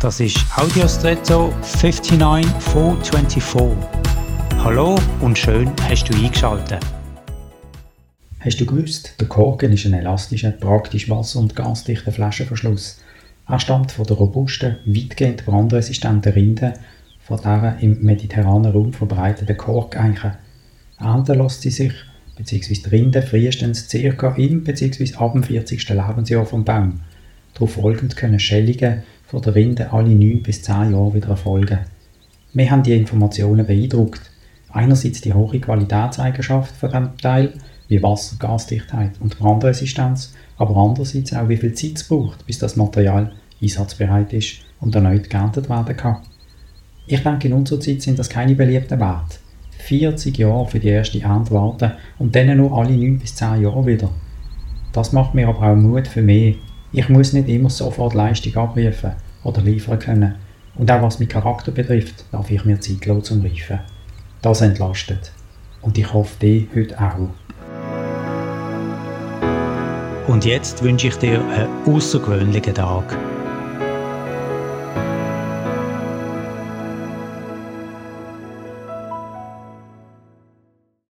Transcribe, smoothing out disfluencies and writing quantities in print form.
Das ist Audiostretto 59424. Hallo und schön hast du eingeschaltet. Hast du gewusst, der Korken ist ein elastischer, praktisch wasser- und gasdichter Flaschenverschluss. Er stammt von der robusten, weitgehend brandresistenten Rinde von dieser im mediterranen Raum verbreiteten Korkeiche. Ernten lässt sie sich, bzw. die Rinde, frühestens ca. im bzw. ab dem 40. Lebensjahr vom Baum. Darauf folgend können Schällungen von der Rinde alle 9 bis 10 Jahre wieder erfolgen. Wir haben die Informationen beeindruckt. Einerseits die hohe Qualitätseigenschaft von diesem Teil, wie Wasser, Gasdichtheit und Brandresistenz, aber andererseits auch, wie viel Zeit es braucht, bis das Material einsatzbereit ist und erneut geerntet werden kann. Ich denke, in unserer Zeit sind das keine beliebten Werte. 40 Jahre für die erste Ernte warten und dann nur alle 9 bis 10 Jahre wieder. Das macht mir aber auch Mut für mehr. Ich muss nicht immer sofort Leistung abrufen oder liefern können. Und auch was meinen Charakter betrifft, darf ich mir Zeit lassen zum Reifen. Das entlastet. Und ich hoffe, dich heute auch. Und jetzt wünsche ich dir einen außergewöhnlichen Tag.